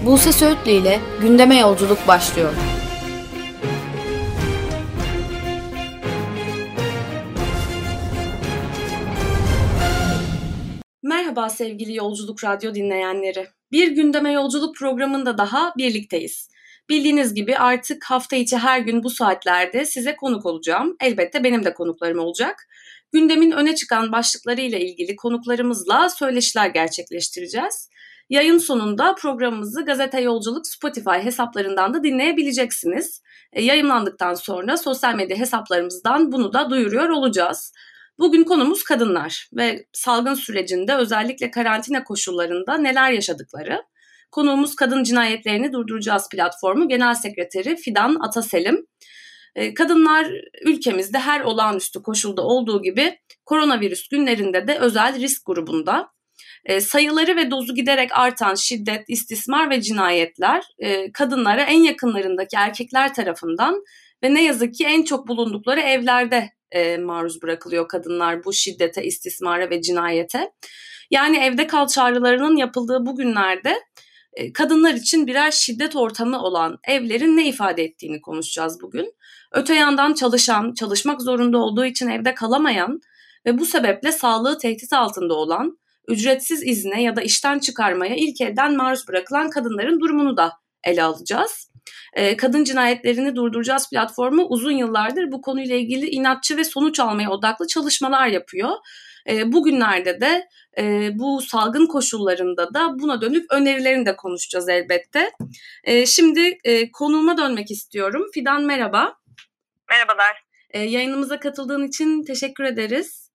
Buse Söğütlü ile gündeme yolculuk başlıyor. Merhaba sevgili Yolculuk Radyo dinleyenleri. Bir gündeme yolculuk programında daha birlikteyiz. Bildiğiniz gibi artık hafta içi her gün bu saatlerde size konuk olacağım. Elbette benim de konuklarım olacak. Gündemin öne çıkan başlıklarıyla ilgili konuklarımızla söyleşiler gerçekleştireceğiz. Yayın sonunda programımızı Gazete Yolculuk Spotify hesaplarından da dinleyebileceksiniz. Yayınlandıktan sonra sosyal medya hesaplarımızdan bunu da duyuruyor olacağız. Bugün konumuz kadınlar ve salgın sürecinde özellikle karantina koşullarında neler yaşadıkları. Konuğumuz Kadın Cinayetlerini Durduracağız platformu Genel Sekreteri Fidan Ataselim. Kadınlar ülkemizde her olağanüstü koşulda olduğu gibi koronavirüs günlerinde de özel risk grubunda. Sayıları ve dozu giderek artan şiddet, istismar ve cinayetler kadınlara en yakınlarındaki erkekler tarafından ve ne yazık ki en çok bulundukları evlerde maruz bırakılıyor kadınlar bu şiddete, istismara ve cinayete. Yani evde kal çağrılarının yapıldığı bu günlerde kadınlar için birer şiddet ortamı olan evlerin ne ifade ettiğini konuşacağız bugün. Öte yandan çalışmak zorunda olduğu için evde kalamayan ve bu sebeple sağlığı tehdit altında olan, ücretsiz izne ya da işten çıkarmaya ilk elden maruz bırakılan kadınların durumunu da ele alacağız. Kadın Cinayetlerini Durduracağız platformu uzun yıllardır bu konuyla ilgili inatçı ve sonuç almaya odaklı çalışmalar yapıyor. Bugünlerde de bu salgın koşullarında da buna dönük önerilerini de konuşacağız elbette. Şimdi konuğuma dönmek istiyorum. Fidan merhaba. Merhabalar. Yayınımıza katıldığın için teşekkür ederiz.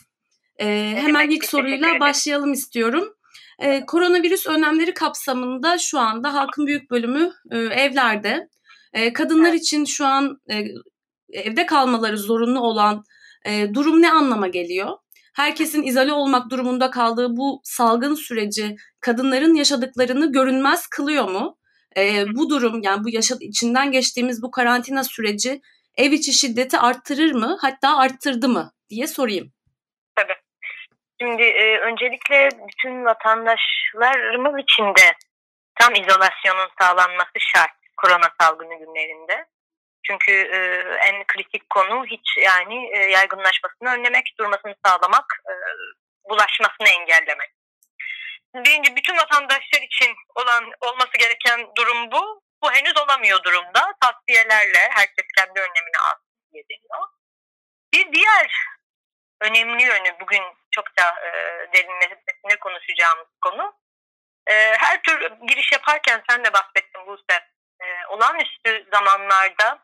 Hemen ilk soruyla başlayalım istiyorum. Koronavirüs önlemleri kapsamında şu anda halkın büyük bölümü evlerde. Kadınlar için şu an evde kalmaları zorunlu olan durum ne anlama geliyor? Herkesin izole olmak durumunda kaldığı bu salgın süreci kadınların yaşadıklarını görünmez kılıyor mu? Bu durum, yani bu içinden geçtiğimiz bu karantina süreci ev içi şiddeti arttırır mı, hatta arttırdı mı diye sorayım. Tabii. Şimdi öncelikle bütün vatandaşlarımız için de tam izolasyonun sağlanması şart korona salgını günlerinde. Çünkü en kritik konu hiç yaygınlaşmasını önlemek, durmasını sağlamak, bulaşmasını engellemek. Birinci, bütün vatandaşlar için olması gereken durum bu. Bu henüz olamıyor durumda. Tavsiyelerle herkes kendi önlemini alsın diye deniyor. Bir diğer önemli yönü, bugün çok da derinlemesine konuşacağımız konu. Her tür giriş yaparken sen de bahsettin Buse. Olağanüstü zamanlarda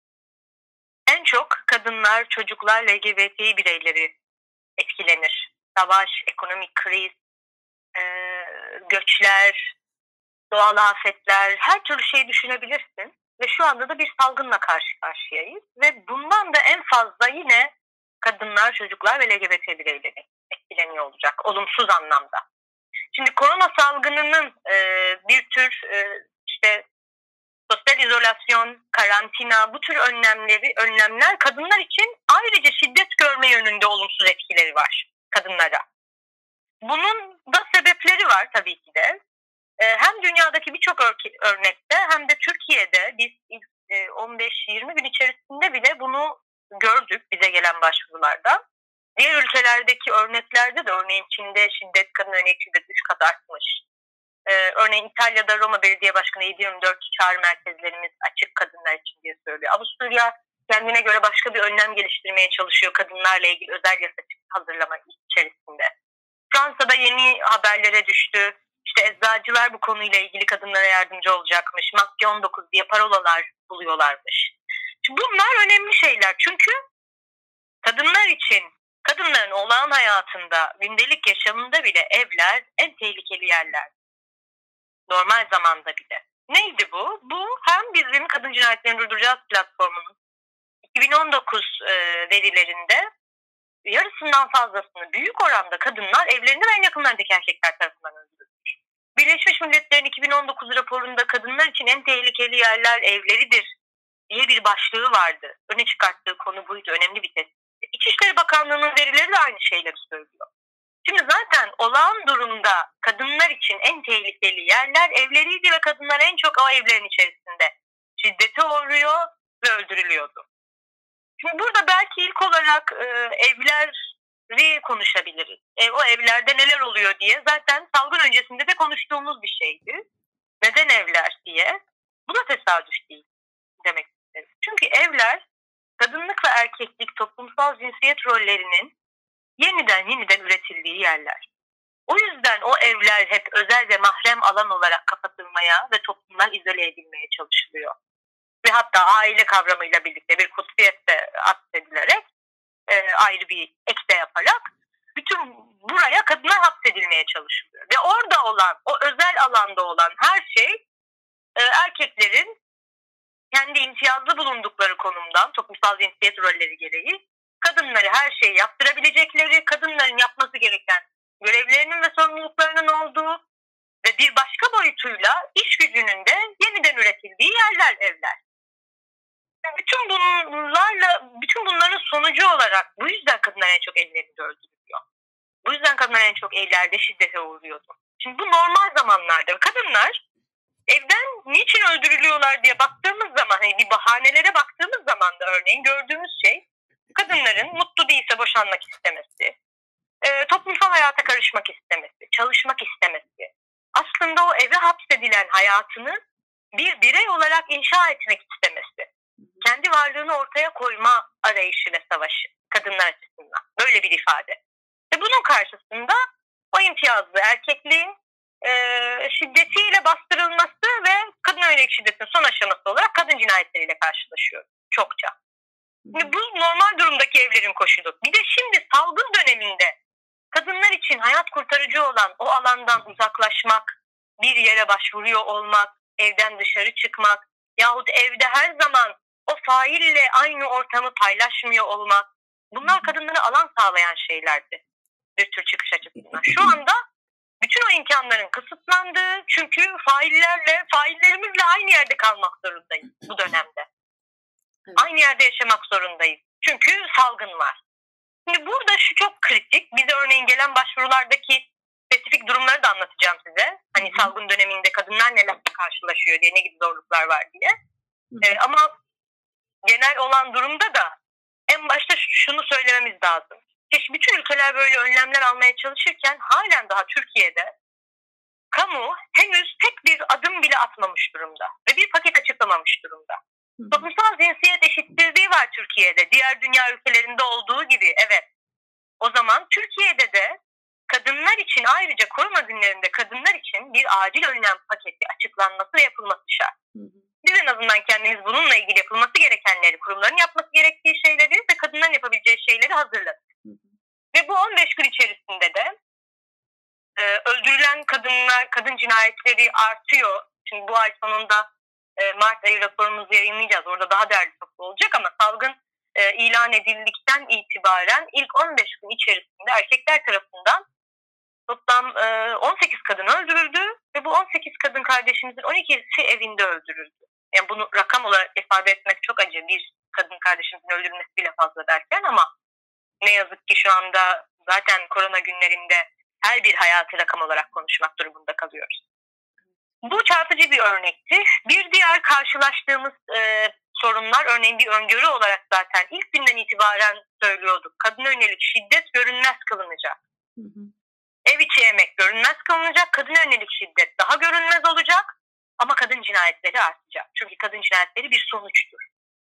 en çok kadınlar, çocuklar, LGBT bireyleri etkilenir. Savaş, ekonomik kriz, göçler, doğal afetler, her türlü şeyi düşünebilirsin. Ve şu anda da bir salgınla karşı karşıyayız. Ve bundan da en fazla yine kadınlar, çocuklar ve LGBT bireyleri etkileniyor olacak olumsuz anlamda. Şimdi korona salgınının bir tür sosyal izolasyon, karantina, bu tür önlemler kadınlar için ayrıca şiddet görme yönünde olumsuz etkileri var kadınlara. Bunun da sebepleri var tabii ki de. Hem dünyadaki birçok örnekte hem de Türkiye'de biz 15-20 gün içerisinde bile bunu gördük bize gelen başvurularda. Diğer ülkelerdeki örneklerde de, örneğin Çin'de şiddet, kadın yönelik şiddet 3 kat artmış. Örneğin İtalya'da Roma Belediye Başkanı 7/24 çağrı merkezlerimiz açık kadınlar için diye söylüyor. Avusturya kendine göre başka bir önlem geliştirmeye çalışıyor kadınlarla ilgili özel yasa hazırlamak içerisinde. Fransa'da yeni haberlere düştü. İşte eczacılar bu konuyla ilgili kadınlara yardımcı olacakmış. Maske 19 diye parolalar buluyorlarmış. Şimdi bunlar önemli şeyler. Çünkü kadınlar için, kadınların olağan hayatında, gündelik yaşamında bile evler en tehlikeli yerler. Normal zamanda bile. Neydi bu? Bu hem bizim Kadın Cinayetlerini Durduracağız platformunun 2019 verilerinde yarısından fazlasını, büyük oranda kadınlar evlerinde ve en yakınlarındaki erkekler tarafından öldürülmüş. Birleşmiş Milletler'in 2019 raporunda kadınlar için en tehlikeli yerler evleridir diye bir başlığı vardı. Öne çıkarttığı konu buydu. Önemli bir tespit. İçişleri Bakanlığı'nın verileri de aynı şeyleri söylüyor. Şimdi zaten olağan durumda kadınlar için en tehlikeli yerler evleriydi ve kadınlar en çok o evlerin içerisinde şiddete uğruyor ve öldürülüyordu. Şimdi burada belki ilk olarak evleri konuşabiliriz. O evlerde neler oluyor diye zaten salgın öncesinde de konuştuğumuz bir şeydi. Neden evler diye. Bu da tesadüf değil demek istedim. Çünkü evler kadınlık ve erkeklik, toplumsal cinsiyet rollerinin yeniden üretildiği yerler. O yüzden o evler hep özel ve mahrem alan olarak kapatılmaya ve toplumdan izole edilmeye çalışılıyor. Ve hatta aile kavramıyla birlikte bir kutsiyette atfedilerek ayrı bir ek de yaparak bütün buraya kadınlar hapsedilmeye çalışılıyor. Ve orada olan, o özel alanda olan her şey erkeklerin kendi imtiyazlı bulundukları konumdan, toplumsal cinsiyet rolleri gereği kadınları her şeyi yaptırabilecekleri, kadınların yapması gereken görevlerinin ve sorumluluklarının olduğu ve bir başka boyutuyla iş gücünün de yeniden üretildiği yerler, evler. Bütün bunların sonucu olarak bu yüzden kadınlar en çok evlerinde öldürülüyor. Bu yüzden kadınlar en çok evlerde şiddete uğruyordu. Şimdi bu normal zamanlarda kadınlar evden niçin öldürülüyorlar diye baktığımız zaman, hani bir bahanelere baktığımız zaman da örneğin gördüğümüz şey kadınların mutlu değilse boşanmak istemesi, toplumsal hayata karışmak istemesi, çalışmak istemesi, aslında o eve hapsedilen hayatını bir birey olarak inşa etmek istemesi, kendi varlığını ortaya koyma arayışı ve savaşı kadınlar açısından. Böyle bir ifade. Ve bunun karşısında o imtiyazlı erkekliğin şiddetiyle bastırılması ve kadına yönelik şiddetin son aşaması olarak kadın cinayetleriyle karşılaşıyoruz çokça. Şimdi bu normal durumdaki evlerin koşulu. Bir de şimdi salgın döneminde kadınlar için hayat kurtarıcı olan o alandan uzaklaşmak, bir yere başvuruyor olmak, evden dışarı çıkmak yahut evde her zaman o faille aynı ortamı paylaşmıyor olmak, bunlar kadınlara alan sağlayan şeylerdi bir tür çıkış açısından. Şu anda bütün o imkanların kısıtlandığı, çünkü faillerimizle aynı yerde kalmak zorundayız bu dönemde. Evet. Aynı yerde yaşamak zorundayız. Çünkü salgın var. Şimdi burada şu çok kritik. Bize örneğin gelen başvurulardaki spesifik durumları da anlatacağım size. Hani salgın döneminde kadınlar nelerle karşılaşıyor diye, ne gibi zorluklar var diye. Ama genel olan durumda da en başta şunu söylememiz lazım. Bütün ülkeler böyle önlemler almaya çalışırken halen daha Türkiye'de kamu henüz tek bir adım bile atmamış durumda ve bir paket açıklamamış durumda. Toplumsal cinsiyet eşitsizliği var Türkiye'de, diğer dünya ülkelerinde olduğu gibi, evet. O zaman Türkiye'de de kadınlar için, ayrıca korona günlerinde kadınlar için bir acil önlem paketi açıklanması ve yapılması şart. Biz en azından kendimiz bununla ilgili yapılması gerekenleri, kurumların yapması gerektiği şeyleri ve kadınların yapabileceği şeyleri hazırladık. Ve bu 15 gün içerisinde de öldürülen kadınlar, kadın cinayetleri artıyor. Şimdi bu ay sonunda Mart ayı raporumuzu yayınlayacağız. Orada daha değerli toplu olacak ama salgın ilan edildikten itibaren ilk 15 gün içerisinde erkekler tarafından toplam 18 kadın öldürüldü ve bu 18 kadın kardeşimizin 12'si evinde öldürüldü. Yani bunu rakam olarak ifade etmek çok acı. Bir kadın kardeşimizin öldürülmesi bile fazla derken, ama ne yazık ki şu anda zaten korona günlerinde her bir hayatı rakam olarak konuşmak durumunda kalıyoruz. Bu çarpıcı bir örnekti. Bir diğer karşılaştığımız sorunlar, örneğin bir öngörü olarak zaten ilk günden itibaren söylüyorduk. Kadına yönelik şiddet görünmez kılınacak. Ev içi emek görünmez kılınacak. Kadına yönelik şiddet daha görünmez olacak. Ama kadın cinayetleri artacak. Çünkü kadın cinayetleri bir sonuçtur.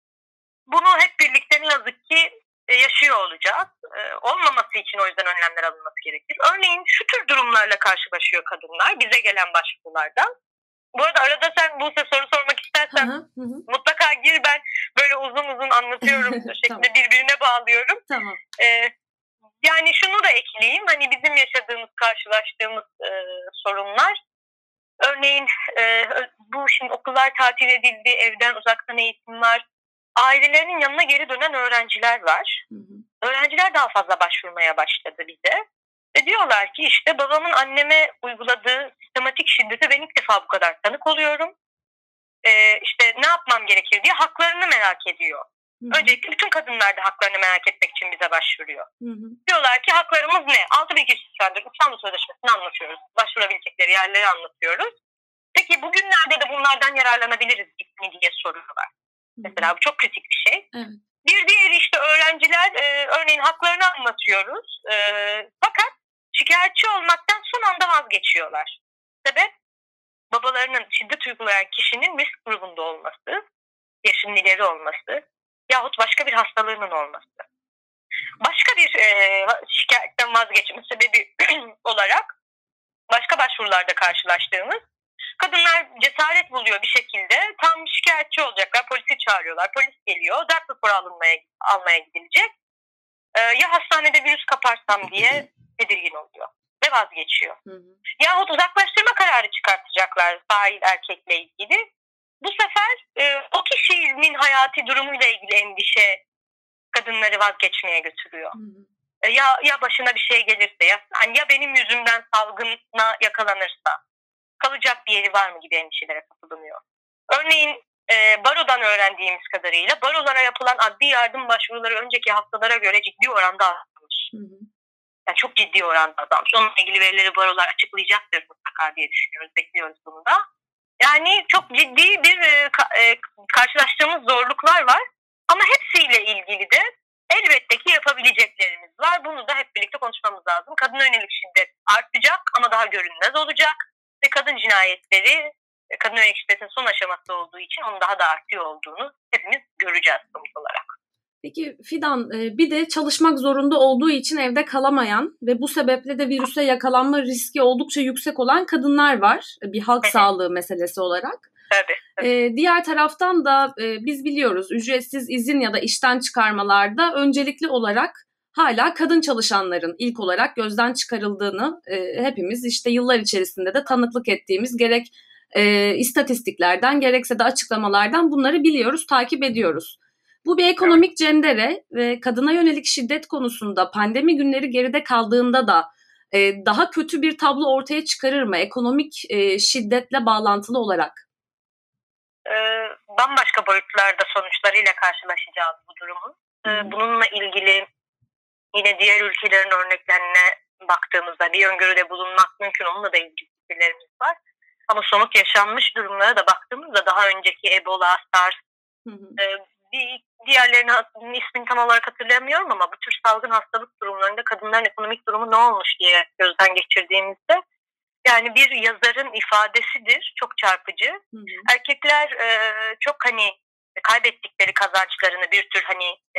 Bunu hep birlikte ne yazık ki yaşıyor olacağız. Olmaması için o yüzden önlemler alınması gerekir. Örneğin şu tür durumlarla karşılaşıyor kadınlar bize gelen başvurulardan. Bu arada arada sen Buse soru sormak istersen mutlaka gir, ben böyle uzun uzun anlatıyorum şeklinde tamam. Birbirine bağlıyorum. Tamam. Yani şunu da ekleyeyim, hani bizim yaşadığımız, karşılaştığımız sorunlar. Örneğin bu şimdi okullar tatil edildi, evden uzaktan eğitim var. Ailelerinin yanına geri dönen öğrenciler var. Öğrenciler daha fazla başvurmaya başladı bize. Ve diyorlar ki işte babamın anneme uyguladığı sistematik şiddete ben ilk defa bu kadar tanık oluyorum. İşte ne yapmam gerekir diye haklarını merak ediyor. Öncelikle bütün kadınlar da haklarını merak etmek için bize başvuruyor. Hı hı. Diyorlar ki haklarımız ne? 6.000 kişi sayılır. İstanbul Sözleşmesi'ni anlatıyoruz. Başvurabilecekleri yerleri anlatıyoruz. Peki bugünlerde de bunlardan yararlanabiliriz mi diye soruyorlar. Mesela bu çok kritik bir şey. Evet. Bir diğeri işte öğrenciler, örneğin haklarını anlatıyoruz. Fakat şikayetçi olmaktan son anda vazgeçiyorlar. Sebep babalarının şiddet uygulayan kişinin risk grubunda olması, yaşının ileri olması yahut başka bir hastalığının olması. Başka bir şikayetten vazgeçme sebebi olarak başka başvurularda karşılaştığımız kadınlar cesaret buluyor bir şekilde, tam şikayetçi olacaklar, polisi çağırıyorlar, polis geliyor, darp raporu almaya gidilecek. Ya hastanede virüs kaparsam diye tedirgin oluyor ve vazgeçiyor. Yahut uzaklaştırma kararı çıkartacaklar fail erkekle ilgili. Bu sefer o kişinin hayati durumuyla ilgili endişe kadınları vazgeçmeye götürüyor. Ya başına bir şey gelirse, ya benim yüzümden salgına yakalanırsa kalacak bir yeri var mı gibi endişelere kapılınıyor. Örneğin barodan öğrendiğimiz kadarıyla barolara yapılan adli yardım başvuruları önceki haftalara göre ciddi oranda artmış. Yani çok ciddi oranda azalmış. Onunla ilgili verileri barolar açıklayacaktır mutlaka diye düşünüyoruz, bekliyoruz bunu da. Yani çok ciddi bir karşılaştığımız zorluklar var. Ama hepsiyle ilgili de elbette ki yapabileceklerimiz var. Bunu da hep birlikte konuşmamız lazım. Kadına yönelik şiddet artacak ama daha görünmez olacak. Ve kadın cinayetleri, kadın yönelik şiddetin son aşaması olduğu için onun daha da artıyor olduğunu hepimiz göreceğiz sonuç olarak. Peki Fidan, bir de çalışmak zorunda olduğu için evde kalamayan ve bu sebeple de virüse yakalanma riski oldukça yüksek olan kadınlar var. Bir halk sağlığı meselesi olarak. Tabii. Diğer taraftan da biz biliyoruz ücretsiz izin ya da işten çıkarmalarda öncelikli olarak hala kadın çalışanların ilk olarak gözden çıkarıldığını hepimiz işte yıllar içerisinde de tanıklık ettiğimiz gerek istatistiklerden gerekse de açıklamalardan bunları biliyoruz, takip ediyoruz. Bu bir ekonomik cendere ve kadına yönelik şiddet konusunda pandemi günleri geride kaldığında da daha kötü bir tablo ortaya çıkarır mı ekonomik şiddetle bağlantılı olarak? Bambaşka boyutlarda sonuçlarıyla karşılaşacağız bu durumun. Bununla ilgili yine diğer ülkelerin örneklerine baktığımızda bir öngörüde bulunmak mümkün. Onunla da ilgili fikirlerimiz var. Ama somut yaşanmış durumlara da baktığımızda daha önceki Ebola, SARS, diğerlerinin ismini tam olarak hatırlayamıyorum ama bu tür salgın hastalık durumlarında kadınların ekonomik durumu ne olmuş diye gözden geçirdiğimizde yani bir yazarın ifadesidir, çok çarpıcı. Erkekler çok kaybettikleri kazançlarını bir tür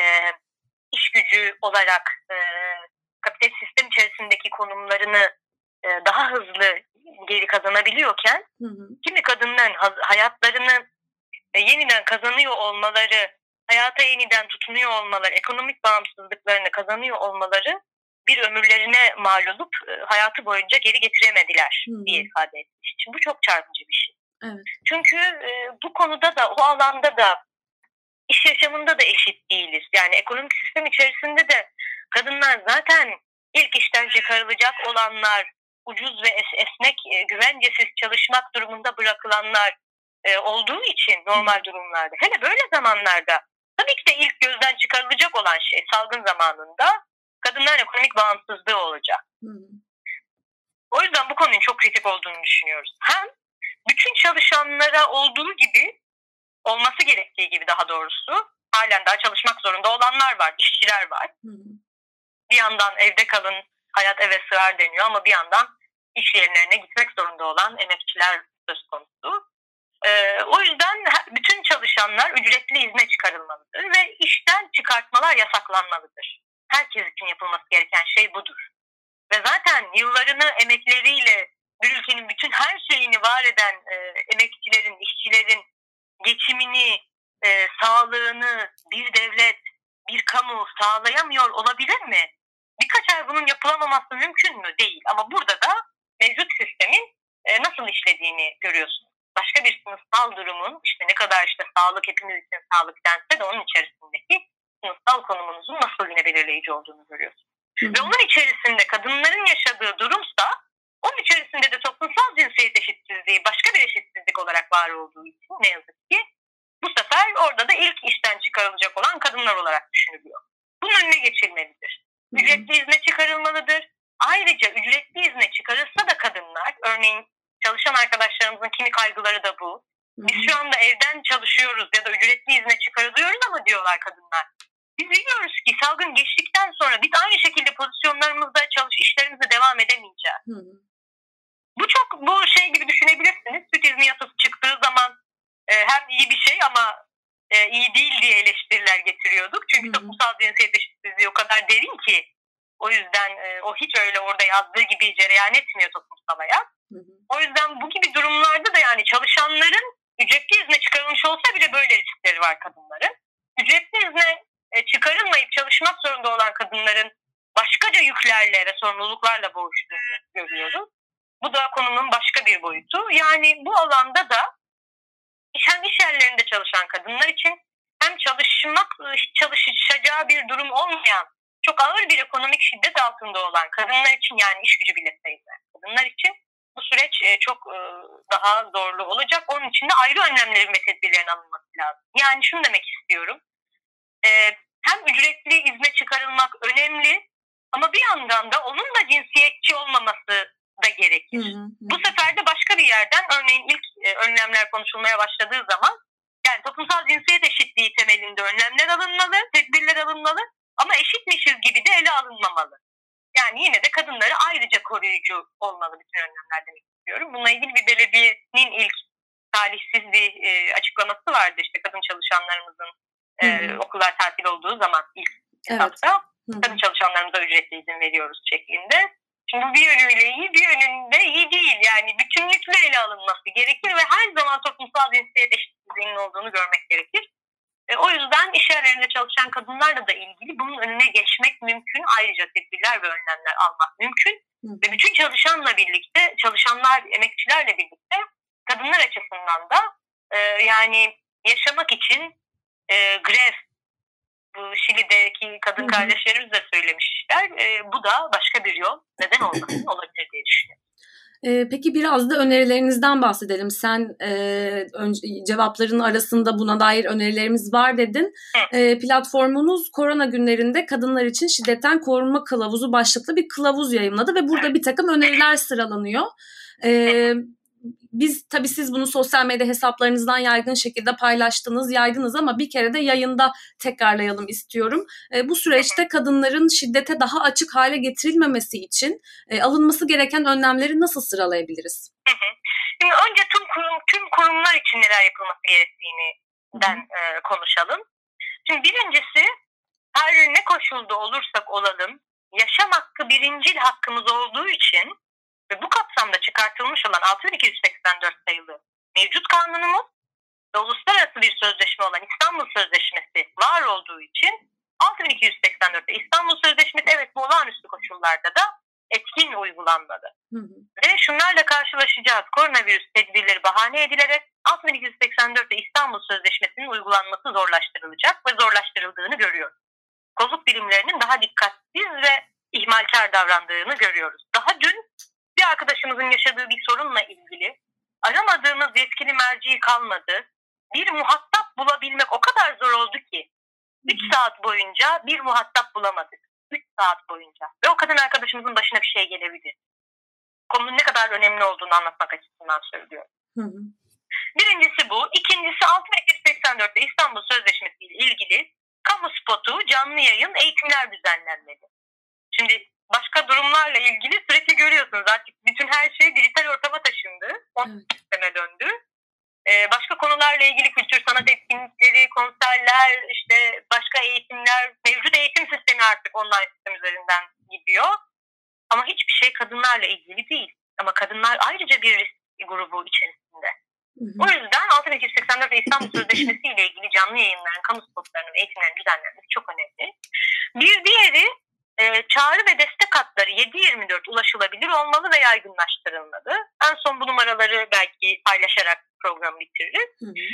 iş gücü olarak kapitalist sistem içerisindeki konumlarını daha hızlı geri kazanabiliyorken kimi kadınların hayatlarını yeniden kazanıyor olmaları, hayata yeniden tutunuyor olmaları, ekonomik bağımsızlıklarını kazanıyor olmaları bir ömürlerine mal olup hayatı boyunca geri getiremediler diye ifade etmiş. Şimdi bu çok çarpıcı bir şey. Evet. Çünkü bu konuda da o alanda da iş yaşamında da eşit değiliz. Yani ekonomik sistem içerisinde de kadınlar zaten ilk işten çıkarılacak olanlar, ucuz ve esnek, güvencesiz çalışmak durumunda bırakılanlar olduğu için normal durumlarda. Hele böyle zamanlarda tabii ki de ilk gözden çıkarılacak olan şey salgın zamanında kadınların ekonomik bağımsızlığı olacak. O yüzden bu konunun çok kritik olduğunu düşünüyoruz. Hem bütün çalışanlara olduğu gibi, olması gerektiği gibi daha doğrusu, halen daha çalışmak zorunda olanlar var, işçiler var. Bir yandan evde kalın, hayat eve sığar deniyor ama bir yandan iş yerlerine gitmek zorunda olan emekçiler söz konusu. O yüzden bütün çalışanlar ücretli izne çıkarılmalıdır ve işten çıkartmalar yasaklanmalıdır. Herkes için yapılması gereken şey budur. Ve zaten yıllarını emekleriyle bir ülkenin bütün her şeyini var eden emekçilerin, işçilerin geçimini, sağlığını bir devlet, bir kamu sağlayamıyor olabilir mi? Birkaç ay bunun yapılamaması mümkün mü? Değil. Ama burada da mevcut sistemin nasıl işlediğini görüyorsunuz. Başka bir sınıfsal durumun ne kadar sağlık hepimiz için sağlık dense de onun içerisindeki sınıfsal konumunuzun nasıl yine belirleyici olduğunu görüyorsunuz. Ve onun içerisinde kadınların yaşadığı durumsa onun içerisinde de toplumsal cinsiyet eşitsizliği başka bir eşitsizlik olarak var olduğu için ne yazık ki Bu sefer orada da ilk işten çıkarılacak olan kadınlar olarak düşünülüyor. Bunun önüne geçilmelidir. Ücretli izne çıkarılmalıdır. Ayrıca ücretli izne çıkarılsa da kadınlar, örneğin çalışan arkadaşlarımızın kimi kaygıları da bu. Biz şu anda evden çalışıyoruz ya da ücretli izne çıkarılıyoruz ama diyorlar kadınlar. Biz biliyoruz ki salgın geçtikten sonra biz aynı şekilde pozisyonlarımızda işlerimize devam edemeyeceğiz. Bu şey gibi düşünebilirsiniz. Süt izni yasası çıktığı zaman hem iyi bir şey ama iyi değil diye eleştiriler getiriyorduk. Çünkü toplumsal cinsiyet eşitsizliği o kadar derin ki o yüzden o hiç öyle orada yazdığı gibi cereyan etmiyor toplumsal hayat. O yüzden bu gibi durumlarda da yani çalışanların ücretli izne çıkarılmış olsa bile böyle riskleri var kadınların. Ücretli izne çıkarılmayıp çalışmak zorunda olan kadınların başkaca yüklerle ve sorumluluklarla boğuştuğunu görüyoruz. Bu da konunun başka bir boyutu. Yani bu alanda da hem iş yerlerinde çalışan kadınlar için hem hiç çalışacağı bir durum olmayan, çok ağır bir ekonomik şiddet altında olan kadınlar için, yani iş gücü bile sayılmayan kadınlar için bu süreç çok daha zorlu olacak. Onun için de ayrı önlemlerin ve tedbirlerin alınması lazım. Yani şunu demek istiyorum. Hem ücretli izne çıkarılmak önemli ama bir yandan da onun da cinsiyetçi olmaması da gerekir. Bu sefer de başka bir yerden, örneğin ilk önlemler konuşulmaya başladığı zaman yani toplumsal cinsiyet eşitliği temelinde önlemler alınmalı, tedbirler alınmalı ama eşitmişiz gibi de ele alınmamalı. Yani yine de kadınları ayrıca koruyucu olmalı bütün önlemler demek istiyorum. Bununla ilgili bir belediyenin ilk talihsiz bir açıklaması vardı. İşte kadın çalışanlarımızın okullar tatil olduğu zaman ilk etapta kadın çalışanlarımıza ücretli izin veriyoruz şeklinde. Şimdi bu bir yönüyle iyi, bir yönünde iyi değil. Yani bütünlükle ele alınması gerekir ve her zaman toplumsal cinsiyet eşitsizliğinin olduğunu görmek gerekir. O yüzden iş yerlerinde çalışan kadınlarla da ilgili bunun önüne geçmek mümkün. Ayrıca tedbirler ve önlemler almak mümkün. Ve bütün çalışanlar, emekçilerle birlikte kadınlar açısından da yani yaşamak için grev, bu Şili'deki kadın kardeşlerimiz de söylemişler. Bu da başka bir yol. Neden olmasın, olabilir diye düşünüyorum. Peki biraz da önerilerinizden bahsedelim. Sen cevapların arasında buna dair önerilerimiz var dedin. Platformunuz korona günlerinde kadınlar için şiddetten korunma kılavuzu başlıklı bir kılavuz yayımladı ve burada bir takım öneriler sıralanıyor. Tabii siz bunu sosyal medya hesaplarınızdan yaygın şekilde yaydınız ama bir kere de yayında tekrarlayalım istiyorum. Bu süreçte kadınların şiddete daha açık hale getirilmemesi için alınması gereken önlemleri nasıl sıralayabiliriz? Şimdi önce tüm kurumlar için neler yapılması gerektiğinden konuşalım. Şimdi birincisi, her ne koşulda olursak olalım, yaşam hakkı birincil hakkımız olduğu için ve bu kapsamda çıkartılmış olan 6284 sayılı mevcut kanunumuz ve uluslararası bir sözleşme olan İstanbul Sözleşmesi var olduğu için 6284'te İstanbul Sözleşmesi, evet, bu olağanüstü koşullarda da etkin uygulanmalı. Ve şunlarla karşılaşacağız. Koronavirüs tedbirleri bahane edilerek 6284'te İstanbul Sözleşmesi'nin uygulanması zorlaştırılacak ve zorlaştırıldığını görüyoruz. Kolluk birimlerinin daha dikkatsiz ve ihmalkar davrandığını görüyoruz. Daha dün bir arkadaşımızın yaşadığı bir sorunla ilgili aramadığımız yetkili merci kalmadı. Bir muhatap bulabilmek o kadar zor oldu ki 3 saat boyunca bir muhatap bulamadık. 3 saat boyunca. Ve o kadın arkadaşımızın başına bir şey gelebilir. Konunun ne kadar önemli olduğunu anlatmak açısından söylüyorum. Birincisi bu. İkincisi, 6284'te İstanbul Sözleşmesi ile ilgili kamu spotu, canlı yayın, eğitimler düzenlenmeli. Şimdi başka durumlarla ilgili sürekli görüyorsunuz artık bütün her şey dijital ortama taşındı. Sisteme döndü. Başka konularla ilgili kültür sanat etkinlikleri, konserler, işte başka eğitimler, mevcut eğitim sistemi artık online sistem üzerinden gidiyor. Ama hiçbir şey kadınlarla ilgili değil. Ama kadınlar ayrıca bir risk grubu içerisinde. O yüzden 6284 İstanbul Sözleşmesi ile ilgili canlı yayınların, kamu spotlarının, eğitimlerin düzenlenmesi çok önemli. Bir diğeri, çağrı ve destek hatları 7/24 ulaşılabilir olmalı ve yaygınlaştırılmalı. En son bu numaraları belki paylaşarak programı bitiririz.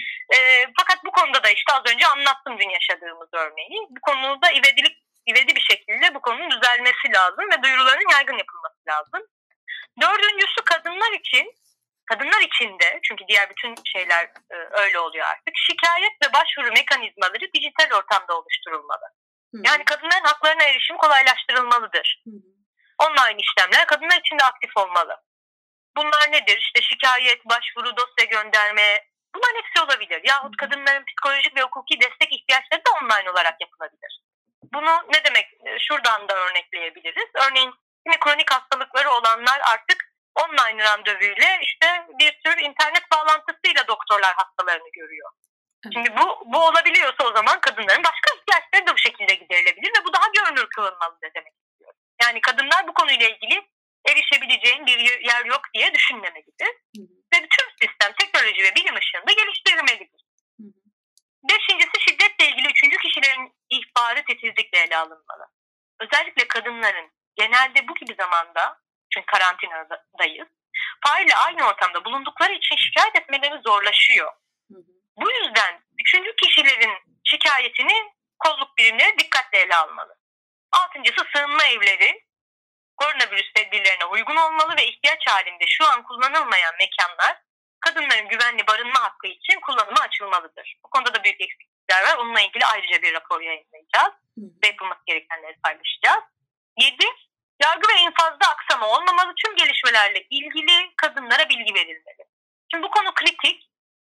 Fakat bu konuda da işte az önce anlattım dün yaşadığımız örneği. Bu konuda ivedi bir şekilde bu konunun düzelmesi lazım ve duyuruların yaygın yapılması lazım. Dördüncüsü, kadınlar için kadınlar için de, çünkü diğer bütün şeyler öyle oluyor artık, şikayet ve başvuru mekanizmaları dijital ortamda oluşturulmalı. Yani kadınların haklarına erişim kolaylaştırılmalıdır. Online işlemler kadınlar için de aktif olmalı. Bunlar nedir? İşte şikayet, başvuru, dosya gönderme, bunların hepsi olabilir. Yahut kadınların psikolojik ve hukuki destek ihtiyaçları da online olarak yapılabilir. Bunu ne demek? Şuradan da örnekleyebiliriz. Örneğin yine kronik hastalıkları olanlar artık online randevuyla işte bir tür internet bağlantısıyla doktorlar hastalarını görüyor. Şimdi bu olabiliyorsa o zaman kadınların başka ihtiyaçları da bu şekilde giderilebilir ve bu daha görünür kılınmalı demek istiyorum. Yani kadınlar bu konuyla ilgili erişebileceğin bir yer yok diye düşünmemelidir. Ve bütün sistem teknoloji ve bilim ışığında geliştirilmelidir. Beşincisi, şiddetle ilgili üçüncü kişilerin ihbarı titizlikle ele alınmalı. Özellikle kadınların genelde bu gibi zamanda, çünkü karantinadayız, faille aynı ortamda bulundukları için şikayet etmeleri zorlaşıyor. Bu yüzden üçüncü kişilerin şikayetini kolluk birimleri dikkatle ele almalı. Altıncısı, sığınma evleri koronavirüs tedbirlerine uygun olmalı ve ihtiyaç halinde şu an kullanılmayan mekanlar kadınların güvenli barınma hakkı için kullanıma açılmalıdır. Bu konuda da büyük eksiklikler var. Onunla ilgili ayrıca bir rapor yayınlayacağız ve yapılması gerekenleri paylaşacağız. 7. Yargı ve infazda aksama olmamalı. Tüm gelişmelerle ilgili kadınlara bilgi verilmeli. Şimdi bu konu kritik.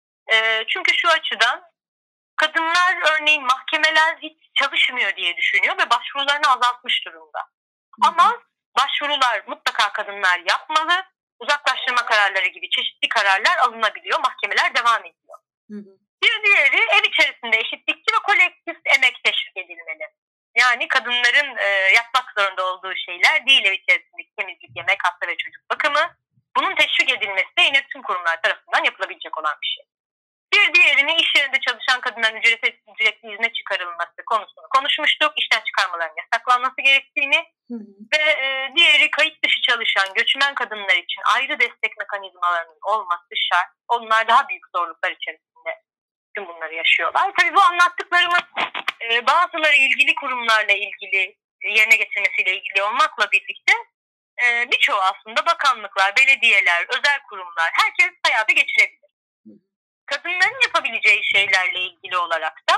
Çünkü şu açıdan kadınlar örneğin mahkemeler hiç çalışmıyor diye düşünüyor ve başvurularını azaltmış durumda. Ama başvurular mutlaka kadınlar yapmalı. Uzaklaştırma kararları gibi çeşitli kararlar alınabiliyor. Mahkemeler devam ediyor. Bir diğeri, ev içerisinde eşitlikçi ve kolektif emek teşvik edilmeli. Yani kadınların yapmak zorunda olduğu şeyler değil ev içerisindeki temizlik, yemek, hasta ve çocuk bakımı. Bunun teşvik edilmesi de yine tüm kurumlar tarafından yapılabilecek olan bir şey. Bir diğerini, iş yerinde çalışan kadınların ücretli izne çıkarılması konusunu konuşmuştuk. İşten çıkarmaların yasaklanması gerektiğini ve diğeri, kayıt dışı çalışan göçmen kadınlar için ayrı destek mekanizmalarının olması şart. Onlar daha büyük zorluklar içerisinde tüm bunları yaşıyorlar. Tabii bu anlattıklarımız bazıları ilgili kurumlarla ilgili, yerine getirmesiyle ilgili olmakla birlikte birçoğu aslında bakanlıklar, belediyeler, özel kurumlar, herkes hayata geçirebilir. Kadınların yapabileceği şeylerle ilgili olarak da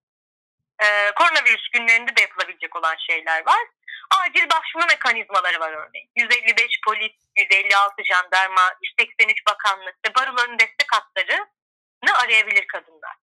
koronavirüs günlerinde de yapılabilecek olan şeyler var. Acil başvuru mekanizmaları var örneğin. 155 polis, 156 jandarma, 183 bakanlık ve baroların destek hatlarını arayabilir kadınlar.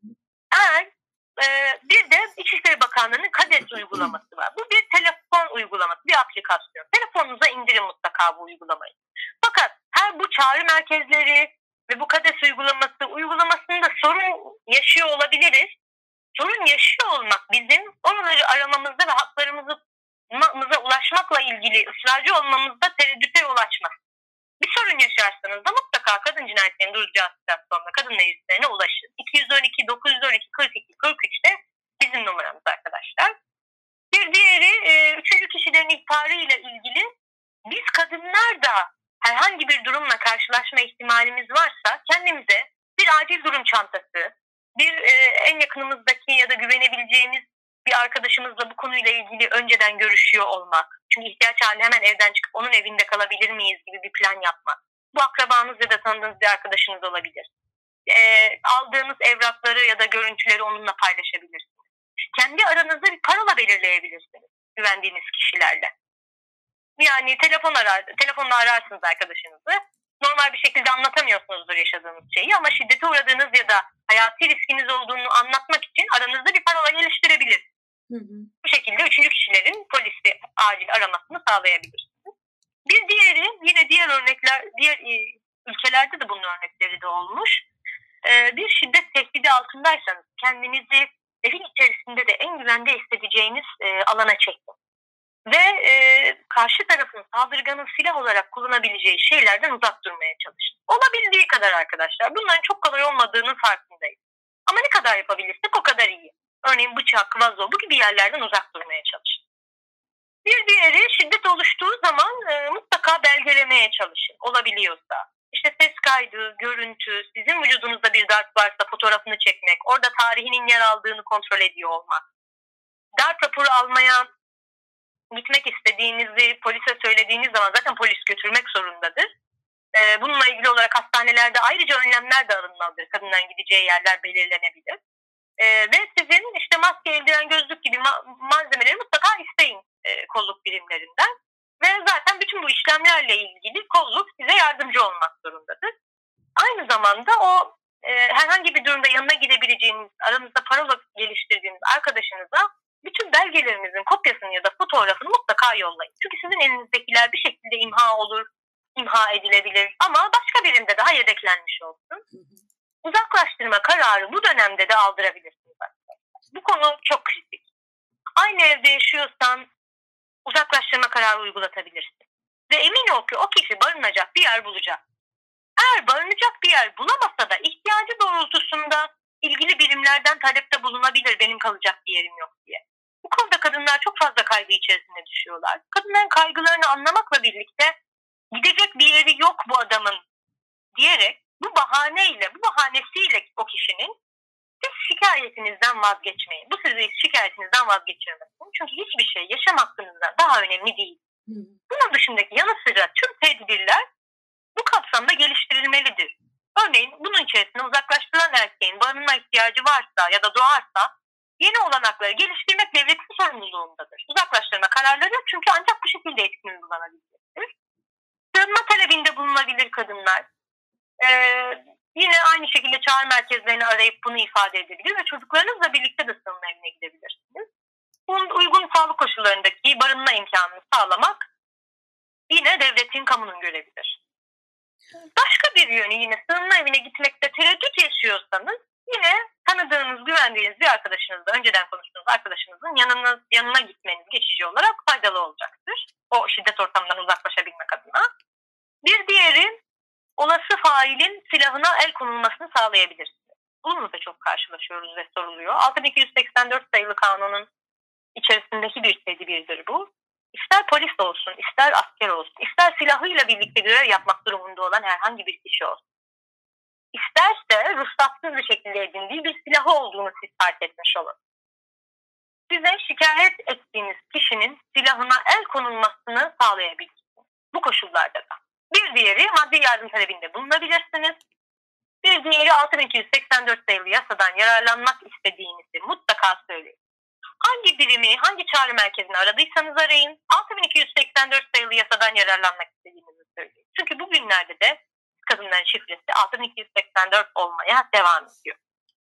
Bir de İçişleri Bakanlığı'nın KADES uygulaması var. Bu bir telefon uygulaması, bir aplikasyon. Telefonunuza indirin mutlaka bu uygulamayı. Fakat her bu çağrı merkezleri ve bu KADES uygulamasında sorun yaşıyor olabiliriz. Sorun yaşıyor olmak bizim oraları aramamızda ve haklarımıza ulaşmakla ilgili ısrarcı olmamızda tereddüte yol açmaz. Bir sorun yaşarsanız da mutlaka kadın cinayetlerinin duracağı platformda kadın meclislerine ulaşın. 212, 912, 42, 43'te bizim numaramız arkadaşlar. Bir diğeri, üçüncü kişilerin ihbarıyla ilgili biz kadınlar da herhangi bir durumla karşılaşma ihtimalimiz varsa kendimize bir acil durum çantası, bir en yakınımızdaki ya da güvenebileceğimiz bir arkadaşımızla bu konuyla ilgili önceden görüşüyor olmak. Çünkü ihtiyaç halinde hemen evden çıkıp onun evinde kalabilir miyiz gibi bir plan yapmak. Bu akrabanız ya da tanıdığınız bir arkadaşınız olabilir. Aldığınız evrakları ya da görüntüleri onunla paylaşabilirsiniz. Kendi aranızda bir parola belirleyebilirsiniz güvendiğiniz kişilerle. Yani telefonla ararsınız arkadaşınızı. Normal bir şekilde anlatamıyorsunuzdur yaşadığınız şeyi ama şiddete uğradığınız ya da hayati riskiniz olduğunu anlatmak için aranızda bir parola geliştirebilir. Bu şekilde üçüncü kişilerin polisi acil aramasını sağlayabilirsiniz. Bir diğeri, yine diğer ülkelerde de bunun örnekleri de olmuş. Bir şiddet tehdidi altındaysanız kendinizi evin içerisinde de en güvende hissedeceğiniz alana çekin. Ve karşı tarafın saldırganın silah olarak kullanabileceği şeylerden uzak durmaya çalışın. Olabildiği kadar arkadaşlar. Bunların çok kolay olmadığının farkındayız. Ama ne kadar yapabilirsek o kadar iyi. Örneğin bıçak, vazo, bu gibi yerlerden uzak durmaya çalışın. Bir diğeri, şiddet oluştuğu zaman mutlaka belgelemeye çalışın. Olabiliyorsa. İşte ses kaydı, görüntü, sizin vücudunuzda bir darp varsa fotoğrafını çekmek, orada tarihinin yer aldığını kontrol ediyor olmak. Darp raporu almaya gitmek istediğinizi polise söylediğiniz zaman zaten polis götürmek zorundadır. Bununla ilgili olarak hastanelerde ayrıca önlemler de alınmalıdır. Kadınların gideceği yerler belirlenebilir. Ve sizin işte maske, eldiven, gözlük gibi malzemeleri mutlaka isteyin kolluk birimlerinden. Ve zaten bütün bu işlemlerle ilgili kolluk size yardımcı olmak zorundadır. Aynı zamanda o herhangi bir durumda yanına gidebileceğiniz, aranızda parola geliştirdiğiniz arkadaşınıza bütün belgelerinizin kopyasını ya da fotoğrafını mutlaka yollayın. Çünkü sizin elinizdekiler bir şekilde imha edilebilir ama başka birinde daha yedeklenmiş olsun. Uzaklaştırma kararı bu dönemde de aldırabilirsiniz. Bu konu çok kritik. Aynı evde yaşıyorsan uzaklaştırma kararı uygulatabilirsin. Ve emin ol ki o kişi barınacak bir yer bulacak. Eğer barınacak bir yer bulamasa da ihtiyacı doğrultusunda ilgili birimlerden talepte bulunabilir, benim kalacak bir yerim yok diye. Bu konuda kadınlar çok fazla kaygı içerisinde düşüyorlar. Kadınların kaygılarını anlamakla birlikte gidecek bir yeri yok bu adamın diyerek bu bahanesiyle o kişinin siz şikayetinizden vazgeçmeyin. Bu sizi şikayetinizden vazgeçirmesin. Çünkü hiçbir şey yaşam hakkınızdan daha önemli değil. Bunun dışındaki yanı sıra tüm tedbirler bu kapsamda geliştirilmelidir. Örneğin bunun içerisinde uzaklaştırılan erkeğin barınma ihtiyacı varsa ya da doğarsa yeni olanakları geliştirmek devletin sorumluluğundadır. Uzaklaştırma kararları çünkü ancak bu şekilde etkin uygulanabilecektir. Sığınma talebinde bulunabilir kadınlar. Yine aynı şekilde çağrı merkezlerini arayıp bunu ifade edebilir ve çocuklarınızla birlikte de sığınma evine gidebilirsiniz. Bunun uygun sağlık koşullarındaki barınma imkanını sağlamak yine devletin, kamunun görevidir. Başka bir yönü yine sığınma evine gitmekte tereddüt yaşıyorsanız yine tanıdığınız, güvendiğiniz bir arkadaşınızla, önceden konuştuğunuz arkadaşınızın yanına gitmeniz geçici olarak faydalı olacaktır. O şiddet ortamından uzaklaşabilmek adına. Bir diğeri olası failin silahına el konulmasını sağlayabilirsiniz. Bununla da çok karşılaşıyoruz ve soruluyor. 6284 sayılı kanunun içerisindeki bir tedbirdir bu. İster polis olsun, ister asker olsun, ister silahıyla birlikte görev yapmak durumunda olan herhangi bir kişi olsun. İsterse ruhsatsız bir şekilde edindiği bir silahı olduğunu siz fark etmiş olun. Size şikayet ettiğiniz kişinin silahına el konulmasını sağlayabilirsiniz. Bu koşullarda da. Bir diğeri maddi yardım talebinde bulunabilirsiniz. Bir diğeri 6284 sayılı yasadan yararlanmak istediğinizi mutlaka söyleyin. Hangi birimi, hangi çağrı merkezini aradıysanız arayın. 6284 sayılı yasadan yararlanmak istediğinizi söyleyin. Çünkü bugünlerde de kadınların şifresi 6284 olmaya devam ediyor.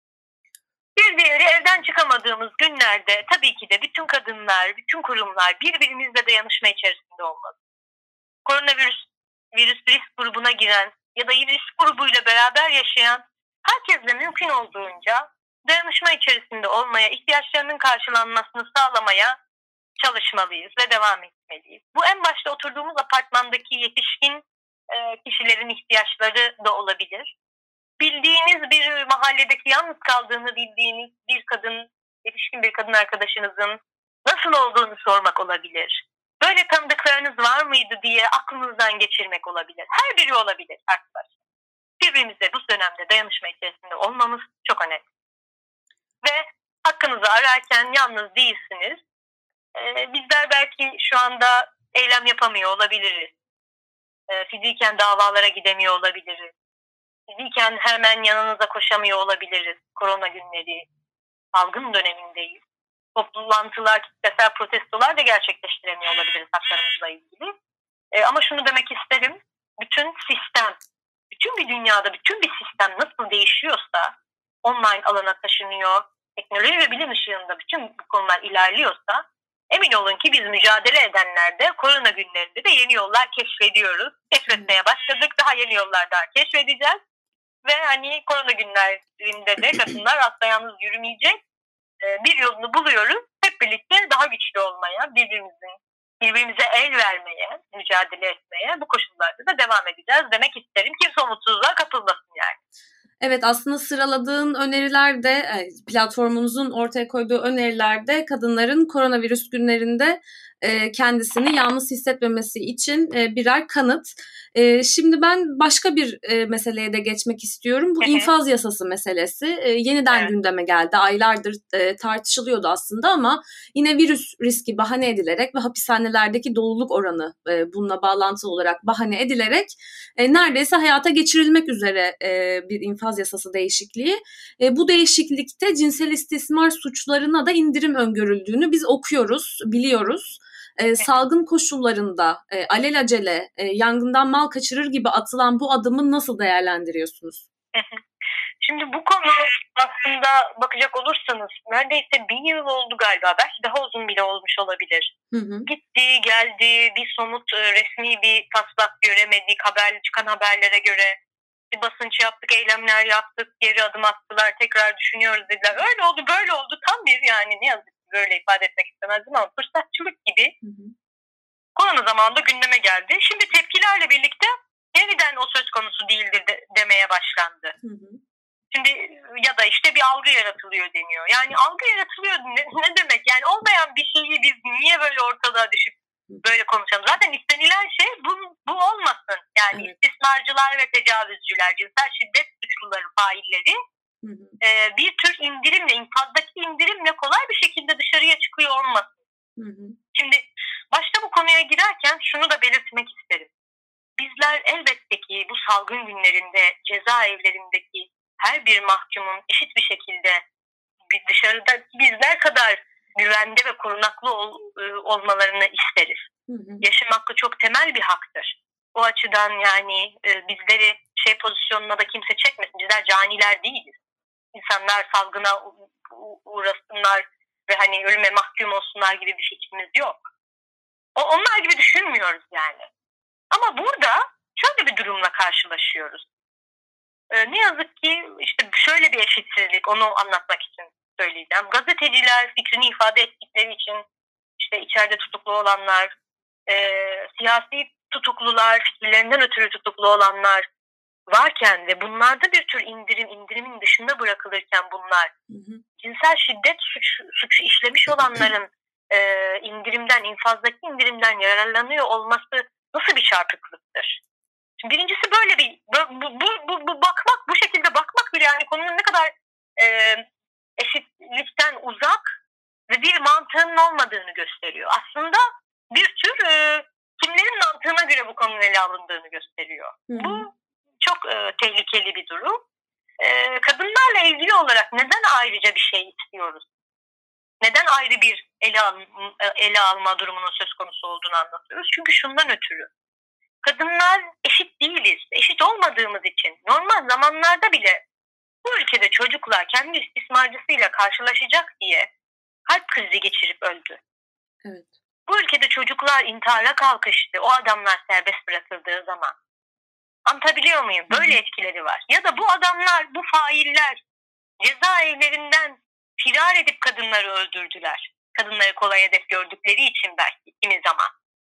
Bir diğeri evden çıkamadığımız günlerde tabii ki de bütün kadınlar, bütün kurumlar birbirimizle dayanışma içerisinde olmalı. Koronavirüs risk grubuna giren ya da risk grubuyla beraber yaşayan herkesle mümkün olduğunca dayanışma içerisinde olmaya, ihtiyaçlarının karşılanmasını sağlamaya çalışmalıyız ve devam etmeliyiz. Bu en başta oturduğumuz apartmandaki yetişkin kişilerin ihtiyaçları da olabilir. Bildiğiniz bir mahalledeki yalnız kaldığını bildiğiniz yetişkin bir kadın arkadaşınızın nasıl olduğunu sormak olabilir. Böyle tanıdıklarınız var mıydı diye aklınızdan geçirmek olabilir. Her biri olabilir arkadaşlar. Birbirimize bu dönemde dayanışma içerisinde olmamız çok önemli. Ve hakkınızı ararken yalnız değilsiniz. Bizler belki şu anda eylem yapamıyor olabiliriz. Fiziken davalara gidemiyor olabiliriz. Fiziken hemen yanınıza koşamıyor olabiliriz. Korona günleri, salgın dönemindeyiz. Toplantılar, kitlesel protestolar da gerçekleştiremiyor olabiliriz haklarımızla ilgili. Ama şunu demek isterim. Bütün sistem, bütün bir dünyada bütün bir sistem nasıl değişiyorsa, online alana taşınıyor, teknoloji ve bilim ışığında bütün bu konular ilerliyorsa, emin olun ki biz mücadele edenler de korona günlerinde de yeni yollar keşfediyoruz. Keşfetmeye başladık. Daha yeni yollar daha keşfedeceğiz. Ve hani korona günlerinde de kadınlar asla yalnız yürümeyecek. Bir yolunu buluyoruz. Hep birlikte daha güçlü olmaya, birbirimize el vermeye, mücadele etmeye bu koşullarda da devam edeceğiz demek isterim. Kimse umutsuzluğa kapılmasın yani. Evet, aslında sıraladığın öneriler de platformumuzun ortaya koyduğu öneriler de kadınların koronavirüs günlerinde kendisini yalnız hissetmemesi için birer kanıt. Şimdi ben başka bir meseleye de geçmek istiyorum. Bu infaz yasası meselesi yeniden gündeme geldi. Aylardır tartışılıyordu aslında ama yine virüs riski bahane edilerek ve hapishanelerdeki doluluk oranı bununla bağlantılı olarak bahane edilerek neredeyse hayata geçirilmek üzere bir infaz yasası değişikliği. Bu değişiklikte cinsel istismar suçlarına da indirim öngörüldüğünü biz okuyoruz, biliyoruz. Salgın koşullarında alelacele yangından mal kaçırır gibi atılan bu adımı nasıl değerlendiriyorsunuz? Şimdi bu konu aslında bakacak olursanız neredeyse 1 yıl oldu galiba. Belki daha uzun bile olmuş olabilir. Gitti, geldi, bir somut resmi bir taslak göremedik. Çıkan haberlere göre bir basınç yaptık, eylemler yaptık, geri adım attılar, tekrar düşünüyoruz dediler. Öyle oldu, böyle oldu. Tam bir yani ne yazık ki böyle ifade etmek istemezdim ama fırsatçılık gibi korona zamanında gündeme geldi. Şimdi tepkilerle birlikte yeniden o söz konusu değildir demeye başlandı. Şimdi ya da işte bir algı yaratılıyor deniyor. Yani algı yaratılıyor ne demek? Yani olmayan bir şeyi biz niye böyle ortalığa düşüp böyle konuşalım? Zaten istenilen şey bu olmasın. Yani istismarcılar ve tecavüzcüler, cinsel şiddet suçluları, failleri bir tür indirimle, infazdaki indirimle kolay bir şekilde dışarıya çıkıyor olmasın. Şimdi başta bu konuya girerken şunu da belirtmek isterim. Bizler elbette ki bu salgın günlerinde cezaevlerindeki her bir mahkumun eşit bir şekilde dışarıda bizler kadar güvende ve korunaklı olmalarını isteriz. Yaşam hakkı çok temel bir haktır. O açıdan yani bizleri pozisyonuna da kimse çekmesin. Bizler caniler değiliz. İnsanlar salgına uğrasınlar ve hani ölüme mahkum olsunlar gibi bir fikrimiz yok. Onlar gibi düşünmüyoruz yani. Ama burada şöyle bir durumla karşılaşıyoruz. Ne yazık ki işte şöyle bir eşitsizlik, onu anlatmak için söyleyeceğim. Gazeteciler fikrini ifade ettikleri için işte içeride tutuklu olanlar, siyasi tutuklular, fikirlerinden ötürü tutuklu olanlar varken ve bunlarda bir tür indirimin dışında bırakılırken bunlar cinsel şiddet suçu işlemiş olanların infazdaki indirimden yararlanıyor olması nasıl bir çarpıklıktır? Şimdi birincisi böyle bir bakmak, bu şekilde bakmak bile yani konunun ne kadar eşitlikten uzak ve bir mantığının olmadığını gösteriyor. Aslında bir tür kimlerin mantığına göre bu konunun ele alındığını gösteriyor. Bu çok tehlikeli bir durum. Kadınlarla ilgili olarak neden ayrıca bir şey istiyoruz? Neden ayrı bir ele alma durumunun söz konusu olduğunu anlatıyoruz? Çünkü şundan ötürü. Kadınlar eşit değiliz. Eşit olmadığımız için normal zamanlarda bile bu ülkede çocuklar kendi istismarcısıyla karşılaşacak diye kalp krizi geçirip öldü. Evet. Bu ülkede çocuklar intihara kalkıştı o adamlar serbest bırakıldığı zaman. Anlatabiliyor muyum? Böyle etkileri var. Ya da bu adamlar, bu failler cezaevlerinden firar edip kadınları öldürdüler. Kadınları kolay hedef gördükleri için belki kimi zaman.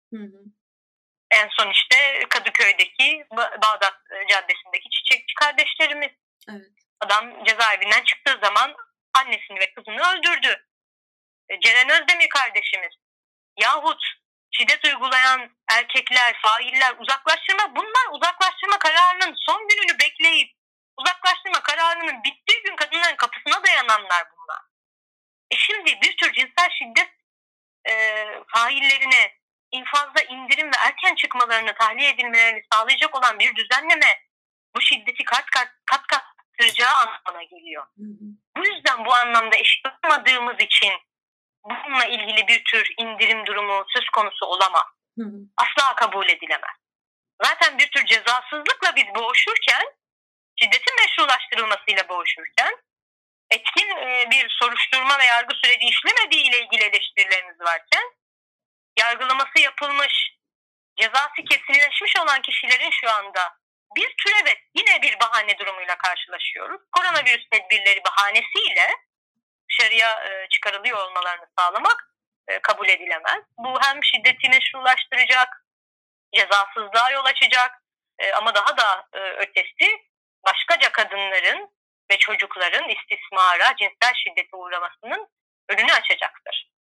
En son işte Kadıköy'deki Bağdat Caddesi'ndeki çiçekçi kardeşlerimiz. Evet. Adam cezaevinden çıktığı zaman annesini ve kızını öldürdü. Ceren Özdemir kardeşimiz. Yahut şiddet uygulayan erkekler, failler, bunlar uzaklaştırma kararının son gününü bekleyip uzaklaştırma kararının bittiği gün kadınların kapısına dayananlar bunlar. Şimdi bir tür cinsel şiddet faillerine infazda indirim ve erken çıkmalarını, tahliye edilmelerini sağlayacak olan bir düzenleme bu şiddeti kat kat arttıracağı anlamına geliyor. Bu yüzden bu anlamda eşit olmadığımız için bununla ilgili bir tür indirim durumu söz konusu olamaz. Asla kabul edilemez. Zaten bir tür cezasızlıkla biz boğuşurken, şiddetin meşrulaştırılmasıyla boğuşurken, etkin bir soruşturma ve yargı süreci işlemediği ile ilgili eleştirilerimiz varken, yargılaması yapılmış, cezası kesinleşmiş olan kişilerin şu anda bir tür yine bir bahane durumuyla karşılaşıyoruz. Koronavirüs tedbirleri bahanesiyle dışarıya çıkarılıyor olmalarını sağlamak kabul edilemez. Bu hem şiddeti meşrulaştıracak, cezasızlığa yol açacak ama daha da ötesi başkaca kadınların ve çocukların istismara, cinsel şiddete uğramasının önünü açacaktır.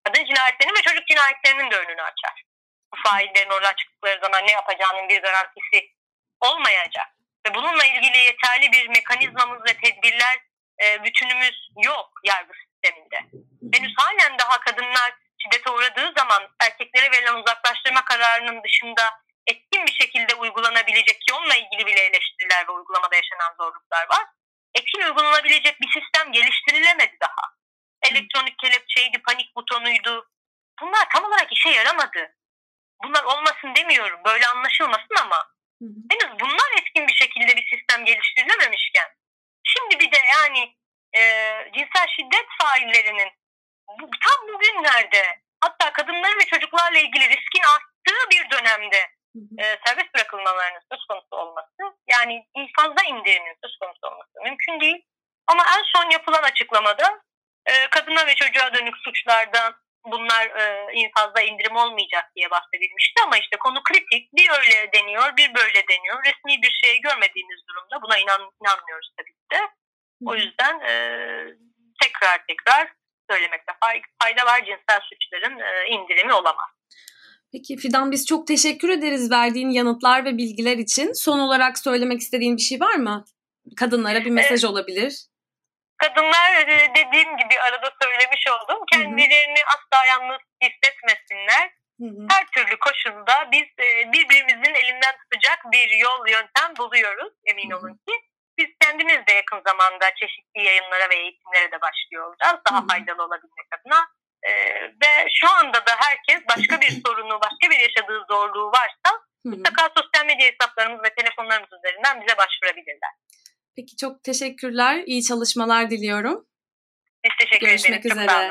kadın cinayetlerinin ve çocuk cinayetlerinin de önünü açar. Bu faillerin oradan çıktıkları zaman ne yapacağının bir garantisi olmayacak. Ve bununla ilgili yeterli bir mekanizmamız ve tedbirler bütünümüz yok yargı sisteminde. Henüz halen daha kadınlar şiddete uğradığı zaman erkeklere verilen uzaklaştırma kararının dışında etkin bir şekilde uygulanabilecek, ki onunla ilgili bile eleştiriler ve uygulamada yaşanan zorluklar var. Etkin uygulanabilecek bir sistem geliştirilemedi daha. Elektronik kelepçeydi, panik butonuydu. Bunlar tam olarak işe yaramadı. Bunlar olmasın demiyorum, böyle anlaşılmasın ama henüz bunlar etkin bir şekilde bir sistem geliştirilememişken şimdi bir de yani cinsel şiddet faillerinin tam bugünlerde, hatta kadınların ve çocuklarla ilgili riskin arttığı bir dönemde serbest bırakılmalarının söz konusu olması, yani infazda indirimin söz konusu olması mümkün değil. Ama en son yapılan açıklamada kadına ve çocuğa dönük suçlardan bunlar infazda indirim olmayacak diye bahsedilmişti ama işte konu kritik. Bir öyle deniyor, bir böyle deniyor. Resmi bir şey görmediğimiz durumda buna inanmıyoruz tabii ki de. O yüzden tekrar söylemekte fayda var, cinsel suçların indirimi olamaz. Peki Fidan, biz çok teşekkür ederiz verdiğin yanıtlar ve bilgiler için. Son olarak söylemek istediğin bir şey var mı? Kadınlara bir mesaj olabilir. Kadınlar, dediğim gibi arada söylemiş oldum, kendilerini asla yalnız hissetmesinler. Her türlü koşulda biz birbirimizin elinden tutacak bir yol, yöntem buluyoruz, emin olun ki. Biz kendimiz de yakın zamanda çeşitli yayınlara ve eğitimlere de başlıyor olacağız. Daha faydalı olabilmek adına. Ve şu anda da herkes başka bir sorunu, başka bir yaşadığı zorluğu varsa mutlaka sosyal medya hesaplarımız ve telefonlarımız üzerinden bize başvurabilirler. Peki, çok teşekkürler. İyi çalışmalar diliyorum. Biz teşekkür ederiz. Görüşmek üzere.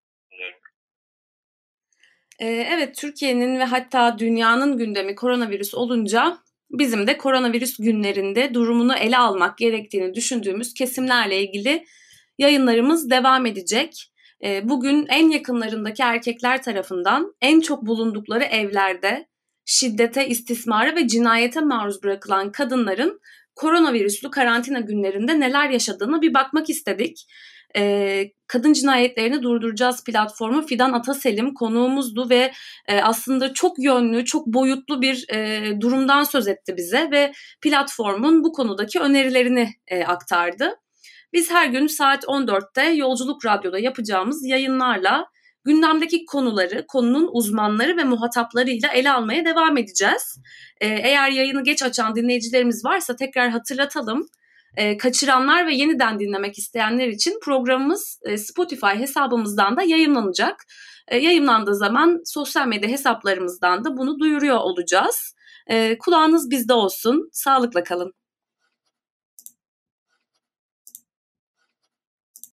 Evet, Türkiye'nin ve hatta dünyanın gündemi koronavirüs olunca bizim de koronavirüs günlerinde durumunu ele almak gerektiğini düşündüğümüz kesimlerle ilgili yayınlarımız devam edecek. Bugün en yakınlarındaki erkekler tarafından en çok bulundukları evlerde şiddete, istismara ve cinayete maruz bırakılan kadınların koronavirüslü karantina günlerinde neler yaşadığına bir bakmak istedik. Kadın Cinayetlerini Durduracağız platformu Fidan Ataselim konuğumuzdu ve aslında çok yönlü, çok boyutlu bir durumdan söz etti bize ve platformun bu konudaki önerilerini aktardı. Biz her gün saat 14'te Yolculuk Radyo'da yapacağımız yayınlarla gündemdeki konuları, konunun uzmanları ve muhataplarıyla ele almaya devam edeceğiz. Eğer yayını geç açan dinleyicilerimiz varsa tekrar hatırlatalım. Kaçıranlar ve yeniden dinlemek isteyenler için programımız Spotify hesabımızdan da yayınlanacak. Yayınlandığı zaman sosyal medya hesaplarımızdan da bunu duyuruyor olacağız. Kulağınız bizde olsun. Sağlıkla kalın.